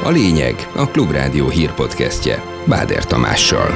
A lényeg a Klubrádió hírpodcastje Báder Tamással.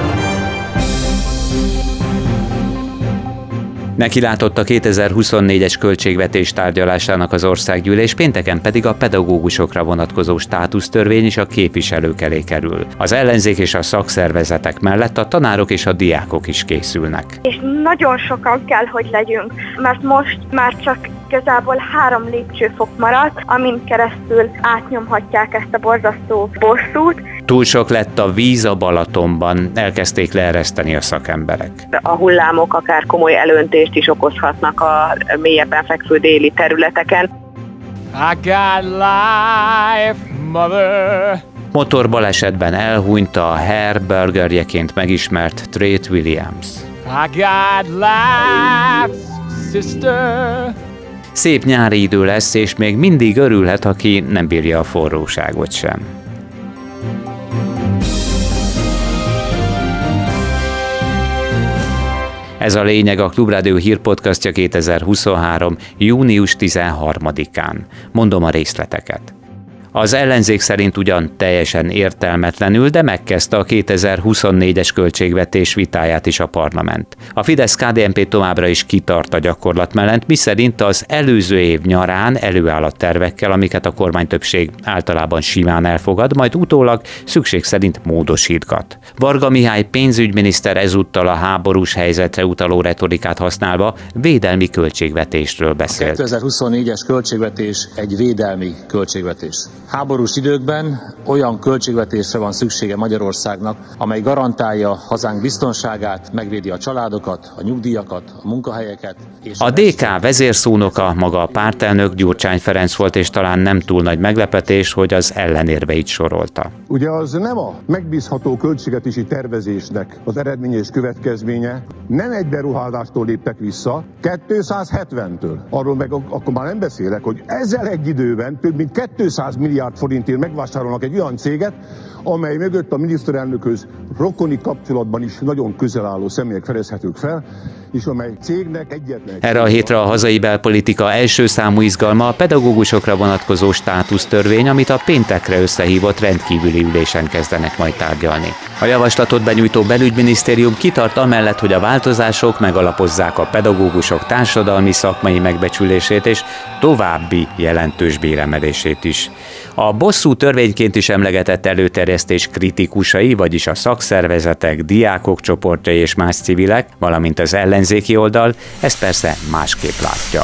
Nekilátott a 2024-es költségvetés tárgyalásának az országgyűlés, pénteken pedig a pedagógusokra vonatkozó státusztörvény is a képviselők elé kerül. Az ellenzék és a szakszervezetek mellett a tanárok és a diákok is készülnek. És nagyon sokan kell, hogy legyünk, mert most már csak igazából 3 lépcsőfok maradt, amin keresztül átnyomhatják ezt a borzasztó bosszút. Túl sok lett a víz a Balatonban, elkezdték leereszteni a szakemberek. A hullámok akár komoly elöntést is okozhatnak a mélyebben fekvő déli területeken. I got life, mother. Motorbalesetben elhunyt a Hare burgerjeként megismert Treat Williams. I got life, sister. Szép nyári idő lesz, és még mindig örülhet, aki nem bírja a forróságot sem. Ez a lényeg a Klubrádió hírpodcastja 2023. június 13-án. Mondom a részleteket. Az ellenzék szerint ugyan teljesen értelmetlenül, de megkezdte a 2024-es költségvetés vitáját is a parlament. A Fidesz-KDNP továbbra is kitart a gyakorlat mellett, miszerint az előző év nyarán előáll a tervekkel, amiket a kormánytöbbség általában simán elfogad, majd utólag szükség szerint módosítgat. Varga Mihály pénzügyminiszter ezúttal a háborús helyzetre utaló retorikát használva védelmi költségvetésről beszélt. A 2024-es költségvetés egy védelmi költségvetés. Háborús időkben olyan költségvetésre van szüksége Magyarországnak, amely garantálja hazánk biztonságát, megvédi a családokat, a nyugdíjakat, a munkahelyeket. A DK vezérszónoka maga a pártelnök Gyurcsány Ferenc volt, és talán nem túl nagy meglepetés, hogy az ellenérveit sorolta. Ugye az nem a megbízható költségvetési tervezésnek az eredménye és következménye, nem egy beruházástól léptek vissza, 270-től. Arról meg akkor már nem beszélek, hogy ezzel egy időben több mint 200 milliárd forintért megvásárolnak egy olyan céget, amely mögött a miniszterelnökhöz rokoni kapcsolatban is nagyon közel álló személyek fedezhetők fel, és amely cégnek egyetlen... Erre a hétre a hazai belpolitika első számú izgalma a pedagógusokra vonatkozó státusztörvény, amit a péntekre összehívott rendkívüli ülésen kezdenek majd tárgyalni. A javaslatot benyújtó belügyminisztérium kitart amellett, hogy a változások megalapozzák a pedagógusok társadalmi szakmai megbecsülését és további jelentős béremelését is. A bosszú törvényként is emlegetett előterjesztés kritikusai, vagyis a szakszervezetek, diákok csoportjai és más civilek, valamint az ellenzéki oldal, ezt persze másképp látja.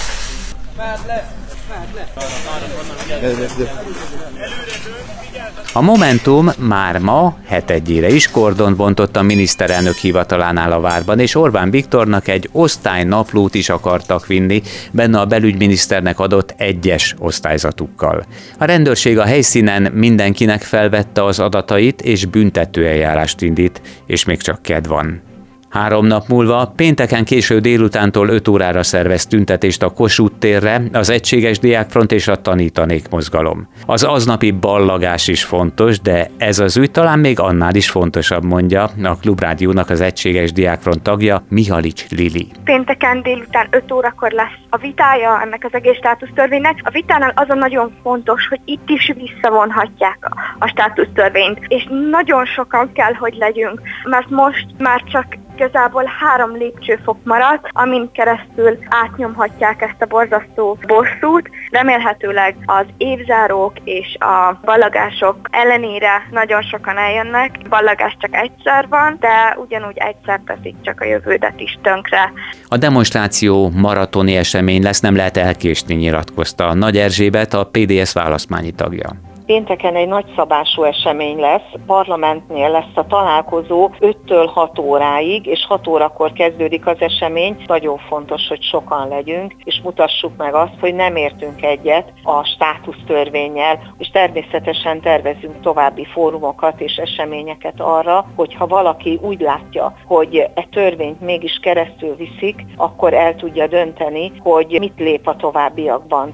A Momentum már ma hetedjére is kordont bontott a miniszterelnök hivatalánál a várban, és Orbán Viktornak egy osztálynaplót is akartak vinni, benne a belügyminiszternek adott egyes osztályzatukkal. A rendőrség a helyszínen mindenkinek felvette az adatait, és büntetőeljárást indít, és még csak kedd van. 3 nap múlva, pénteken késő délutántól 5 órára szervez tüntetést a Kossuth térre az Egységes Diákfront és a Tanítanék mozgalom. Az aznapi ballagás is fontos, de ez az ügy talán még annál is fontosabb, mondja a Klubrádiónak az Egységes Diákfront tagja, Mihalics Lili. Pénteken délután 5 órakor lesz a vitája ennek az egész státusztörvénynek. A vitánál az a nagyon fontos, hogy itt is visszavonhatják a státusztörvényt, és nagyon sokan kell, hogy legyünk, mert most már csak igazából 3 lépcsőfok maradt, amin keresztül átnyomhatják ezt a borzasztó bosszút. Remélhetőleg az évzárók és a ballagások ellenére nagyon sokan eljönnek. Ballagás csak egyszer van, de ugyanúgy egyszer teszik csak a jövődet is tönkre. A demonstráció maratoni esemény lesz, nem lehet elkésni, nyilatkozta Nagy Erzsébet, a PDS választmányi tagja. Pénteken egy nagyszabású esemény lesz, parlamentnél lesz a találkozó 5-től 6 óráig, és 6 órakor kezdődik az esemény. Nagyon fontos, hogy sokan legyünk, és mutassuk meg azt, hogy nem értünk egyet a státusztörvénnyel, és természetesen tervezünk további fórumokat és eseményeket arra, hogyha valaki úgy látja, hogy e törvényt mégis keresztül viszik, akkor el tudja dönteni, hogy mit lép a továbbiakban.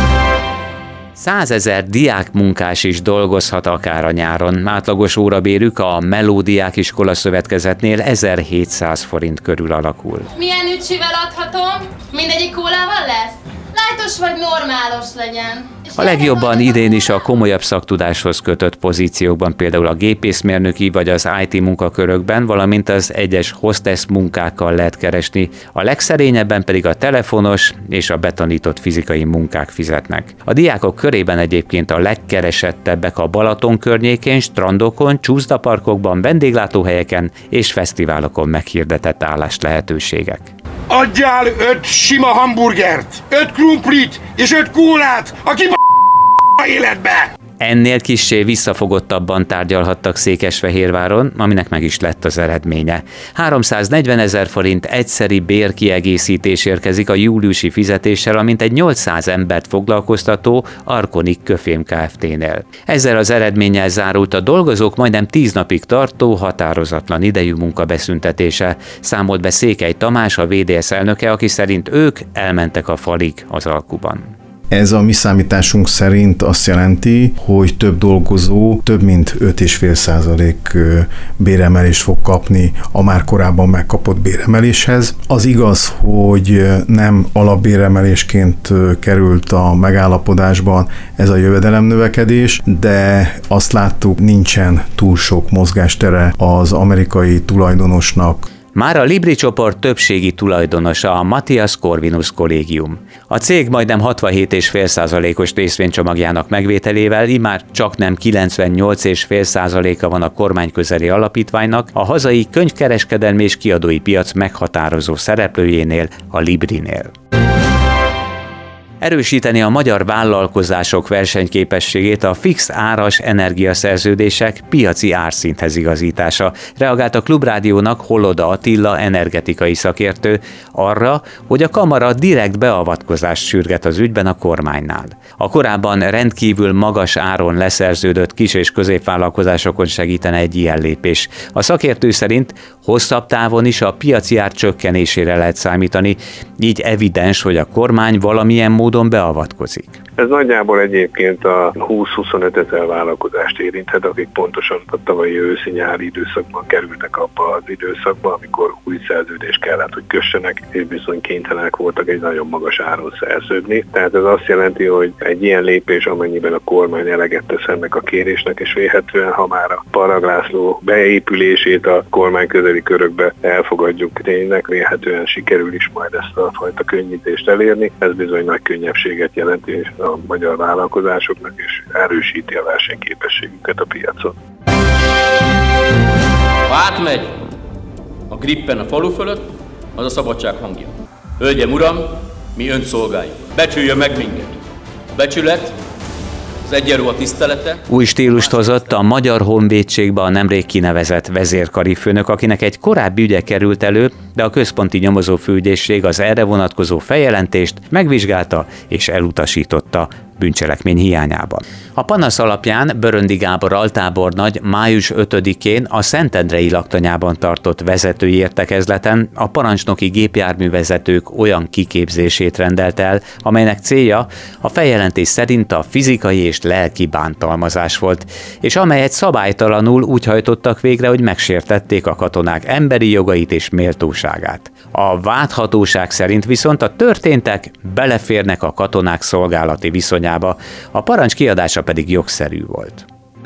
100 000 diákmunkás is dolgozhat akár a nyáron. Átlagos órabérük a Meló Diákiskola Szövetkezetnél 1700 forint körül alakul. Milyen ücsivel adhatom? Mindegyik kólával lesz? Lájtos Biztos, vagy normálos legyen. A legjobban idén is a komolyabb szaktudáshoz kötött pozíciókban, például a gépészmérnöki vagy az IT munkakörökben, valamint az egyes hostess munkákkal lehet keresni, a legszerényebben pedig a telefonos és a betanított fizikai munkák fizetnek. A diákok körében egyébként a legkeresettebbek a Balaton környékén, strandokon, csúszdaparkokban, vendéglátóhelyeken és fesztiválokon meghirdetett álláslehetőségek. Adjál 5 sima hamburgert, 5 krumplit és 5 kólát, aki életbe! Ennél kissé visszafogottabban tárgyalhattak Székesfehérváron, aminek meg is lett az eredménye. 340 000 forint egyszeri bérkiegészítés érkezik a júliusi fizetéssel, amint egy 800 embert foglalkoztató Arkonik Köfém Kft-nél. Ezzel az eredménnyel zárult a dolgozók majdnem 10 napig tartó határozatlan idejű munkabeszüntetése, számolt be Székely Tamás, a VDS elnöke, aki szerint ők elmentek a falig az alkuban. Ez a mi számításunk szerint azt jelenti, hogy több dolgozó több mint 5,5% béremelést fog kapni a már korábban megkapott béremeléshez. Az igaz, hogy nem alapbéremelésként került a megállapodásban ez a jövedelemnövekedés, de azt láttuk, nincsen túl sok mozgástere az amerikai tulajdonosnak. Már a Libri csoport többségi tulajdonosa a Matthias Corvinus Kollégium. A cég majdnem 67,5%-os részvénycsomagjának megvételével immár csaknem 98,5%-a van a kormányközeli alapítványnak, a hazai könyvkereskedelmi és kiadói piac meghatározó szereplőjénél, a Librinél. Erősíteni a magyar vállalkozások versenyképességét a fix áras energiaszerződések piaci árszinthez igazítása, reagált a Klubrádiónak Holoda Attila energetikai szakértő arra, hogy a kamara direkt beavatkozást sürget az ügyben a kormánynál. A korábban rendkívül magas áron leszerződött kis- és középvállalkozásokon segítene egy ilyen lépés. A szakértő szerint hosszabb távon is a piaci ár csökkenésére lehet számítani, így evidens, hogy a kormány valamilyen módon beavatkozik. Ez nagyjából egyébként a 20-25 000 vállalkozást érinthet, akik pontosan a tavalyi őszi-nyári időszakban kerültek abba az időszakba, amikor új szerződést kellett, hogy kössenek, és bizony kénytelenek voltak egy nagyon magas áron szerződni. Tehát ez azt jelenti, hogy egy ilyen lépés, amennyiben a kormány eleget tesz ennek a kérésnek, és vélhetően, ha már a Parag László beépülését a kormány közeli körökbe elfogadjuk tényleg, vélhetően sikerül is majd ezt a fajta könnyítést elérni. Ez bizony nagy könnyebbséget jelenti a magyar vállalkozásoknak, és erősíti a versenyképességüket a piacon. Ha átmegy a grippen a falu fölött, az a szabadság hangja. Hölgyem, uram, mi önt szolgáljuk. Becsüljön meg minket. A becsület, az egyenrú a tisztelete. Új stílust hozott a Magyar Honvédségbe a nemrég kinevezett vezérkari főnök, akinek egy korábbi ügye került elő, de a központi nyomozófőügyészség az erre vonatkozó feljelentést megvizsgálta és elutasította bűncselekmény hiányában. A panasz alapján Böröndi Gábor altábornagy május 5-én a Szentendrei laktanyában tartott vezetői értekezleten a parancsnoki gépjárművezetők olyan kiképzését rendelt el, amelynek célja a feljelentés szerint a fizikai és lelki bántalmazás volt, és amelyet szabálytalanul úgy hajtottak végre, hogy megsértették a katonák emberi jogait és méltóságát. A vádhatóság szerint viszont a történtek beleférnek a katonák szolgálati viszonyába, a parancs kiadása pedig jogszerű volt.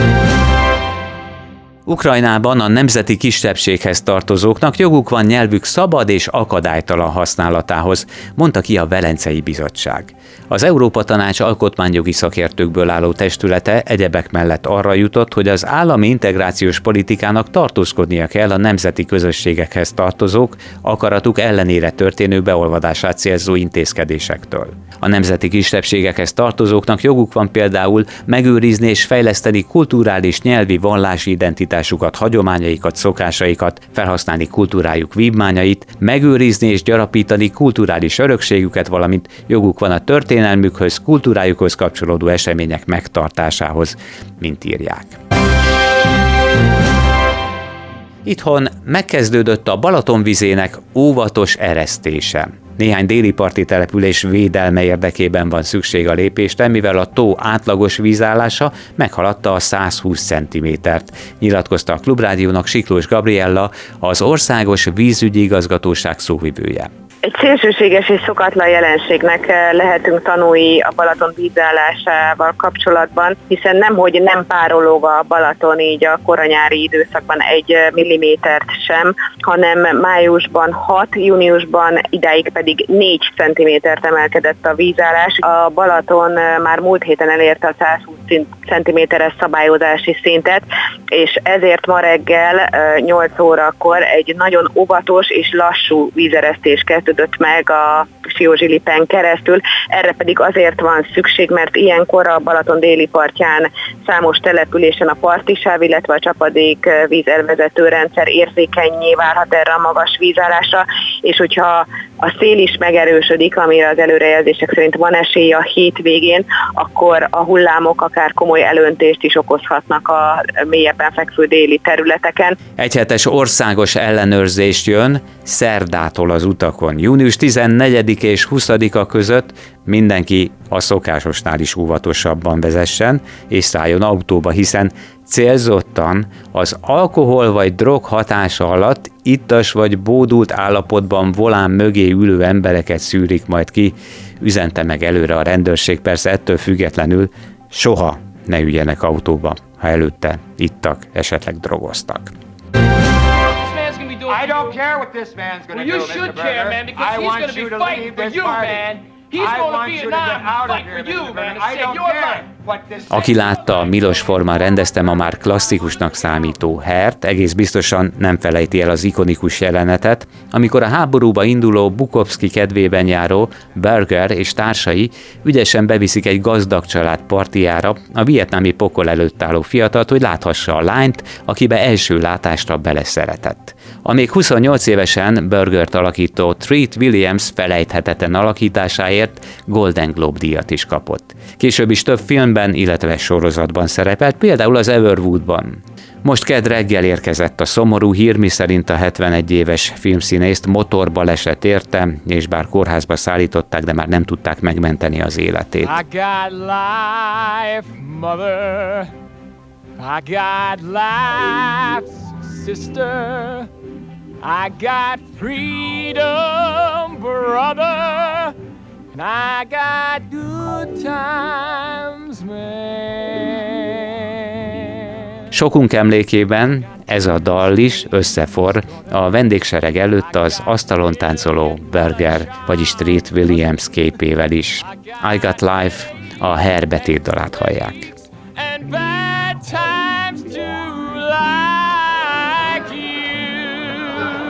Ukrajnában a nemzeti kisebbséghez tartozóknak joguk van nyelvük szabad és akadálytalan használatához, mondta ki a Velencei Bizottság. Az Európa Tanács alkotmányjogi szakértőkből álló testülete egyebek mellett arra jutott, hogy az állami integrációs politikának tartózkodnia kell a nemzeti közösségekhez tartozók akaratuk ellenére történő beolvadását célzó intézkedésektől. A nemzeti kisebbségekhez tartozóknak joguk van például megőrizni és fejleszteni kulturális, nyelvi, vallási identitásukat, hagyományaikat, szokásaikat, felhasználni kultúrájuk vívmányait, megőrizni és gyarapítani kulturális örökségüket, valamint joguk van a történelmükhöz, kultúrájukhoz kapcsolódó események megtartásához, mint írják. Itthon megkezdődött a Balaton vizének óvatos eresztése. Néhány déli parti település védelme érdekében van szükség a lépésre, mivel a tó átlagos vízállása meghaladta a 120 cm-t, nyilatkozta a Klubrádiónak Siklós Gabriella, az Országos Vízügyi Igazgatóság szóvivője. Egy szélsőséges és szokatlan jelenségnek lehetünk tanulni a Balaton vízállásával kapcsolatban, hiszen nemhogy nem párolog a Balaton így a koranyári időszakban 1 millimétert sem, hanem májusban 6, júniusban idáig pedig 4 centimétert emelkedett a vízállás. A Balaton már múlt héten elérte a 120 centiméteres szabályozási szintet, és ezért ma reggel 8 órakor egy nagyon óvatos és lassú vízeresztés kezdődött meg a Siózsilipen keresztül. Erre pedig azért van szükség, mert ilyenkor a Balaton déli partján számos településen a partisáv, illetve a csapadék vízelvezető rendszer érzékennyé válhat erre a magas vízállásra, és hogyha a szél is megerősödik, amire az előrejelzések szerint van esélye a hétvégén, akkor a hullámok akár komoly elöntést is okozhatnak a mélyebben fekvő déli területeken. Egyhetes országos ellenőrzést jön szerdától az utakon. Június 14 és 20-a között mindenki a szokásosnál is óvatosabban vezessen és szálljon autóba, hiszen célzottan az alkohol vagy drog hatása alatt ittas vagy bódult állapotban volán mögé ülő embereket szűrik majd ki, üzente meg előre a rendőrség. Persze ettől függetlenül soha ne üljenek autóba, ha előtte ittak, esetleg drogoztak. I don't care what this man's gonna do. Well, you should care, man, because he's gonna be fighting for you, man. He's going to Vietnam and fight for you, man, to save your life. Aki látta a Milos Forman rendezte ma már klasszikusnak számító Hert, egész biztosan nem felejti el az ikonikus jelenetet, amikor a háborúba induló Bukowski kedvében járó Berger és társai ügyesen beviszik egy gazdag család partijára a vietnámi pokol előtt álló fiatalt, hogy láthassa a lányt, akibe első látásra beleszeretett. A még 28 évesen Bergert alakító Treat Williams felejthetetlen alakításáért Golden Globe díjat is kapott. Később is több filmben, illetve sorozatban szerepelt, például az Everwoodban. Most kedd reggel érkezett a szomorú hír, miszerint a 71 éves filmszínészt motorbaleset érte, és bár kórházba szállították, de már nem tudták megmenteni az életét. I got life, mother. I got life, sister. I got freedom, brother. And I got good times, man. Sokunk emlékében ez a dal is összefor a vendégsereg előtt az asztalon táncoló Berger, vagyis Treat Williams képével is. I Got Life, a Hair betétdalát hallják. And bad times do like you.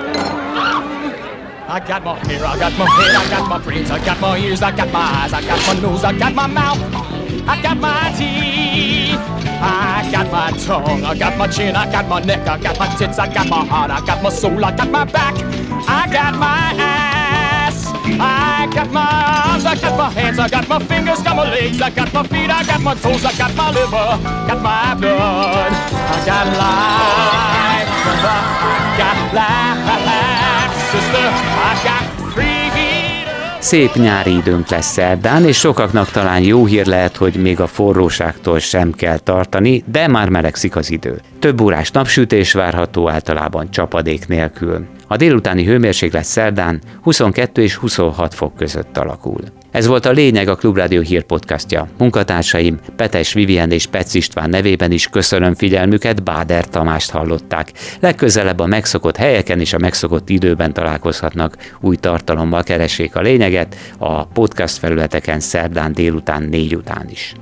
I got my hair, I got my head, I got my brains, I got my ears, I got my eyes, I got my nose, I got my mouth, I got my teeth, I got my tongue, I got my chin, I got my neck, I got my tits, I got my heart, I got my soul, I got my back, I got my ass, I got my arms, I got my hands, I got my fingers, got my legs, I got my feet, I got my toes, I got my liver, got my blood, I got life, I got life, sister, I got Szép nyári időnk lesz szerdán, és sokaknak talán jó hír lehet, hogy még a forróságtól sem kell tartani, de már melegszik az idő. Több órás napsütés várható, általában csapadék nélkül. A délutáni hőmérséklet szerdán 22 és 26 fok között alakul. Ez volt a lényeg, a Klubrádió hírpodcastja. Munkatársaim Petes Vivien és Pec István nevében is köszönöm figyelmüket, Báder Tamást hallották. Legközelebb a megszokott helyeken és a megszokott időben találkozhatnak. Új tartalommal keressék a lényeget a podcast felületeken szerdán délután 4 után is.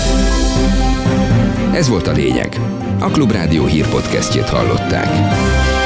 Ez volt a lényeg. A Klubrádió hírpodcastjét hallották.